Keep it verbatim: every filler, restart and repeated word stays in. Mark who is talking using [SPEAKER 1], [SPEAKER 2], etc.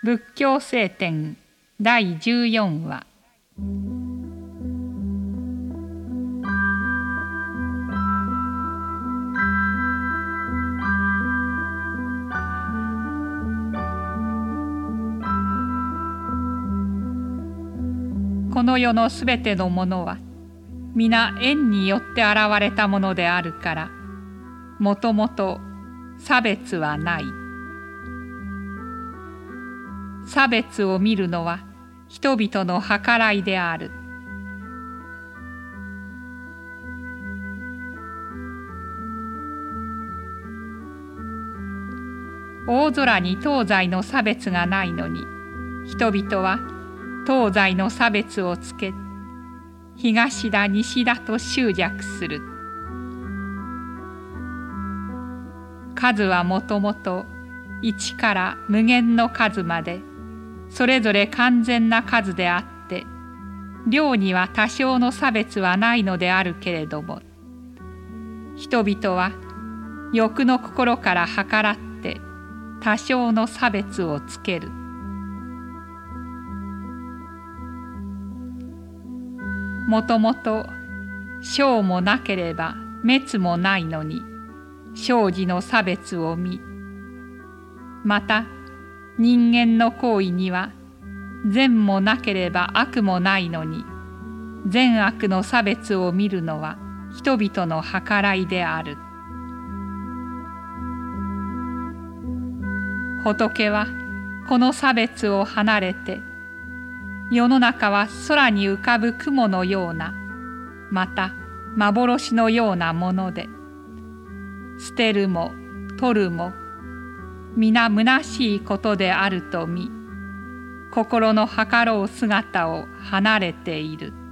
[SPEAKER 1] 仏教聖典だいじゅうよんわ。この世のすべてのものは皆縁によって現れたものであるから、もともと差別はない。差別を見るのは人々の計らいである。大空に東西の差別がないのに、人々は東西の差別をつけ、東だ西だと執着する。数はもともと一から無限の数まで、それぞれ完全な数であって、量には多少の差別はないのであるけれども、人々は欲の心から計らって多少の差別をつける。もともと生もなければ滅もないのに、生じの差別を見、また人間の行為には善もなければ悪もないのに、善悪の差別を見るのは人々の計らいである。仏はこの差別を離れて、世の中は空に浮かぶ雲のような、また幻のようなもので、捨てるも取るも皆虚しいことであると見、心の計ろう姿を離れている。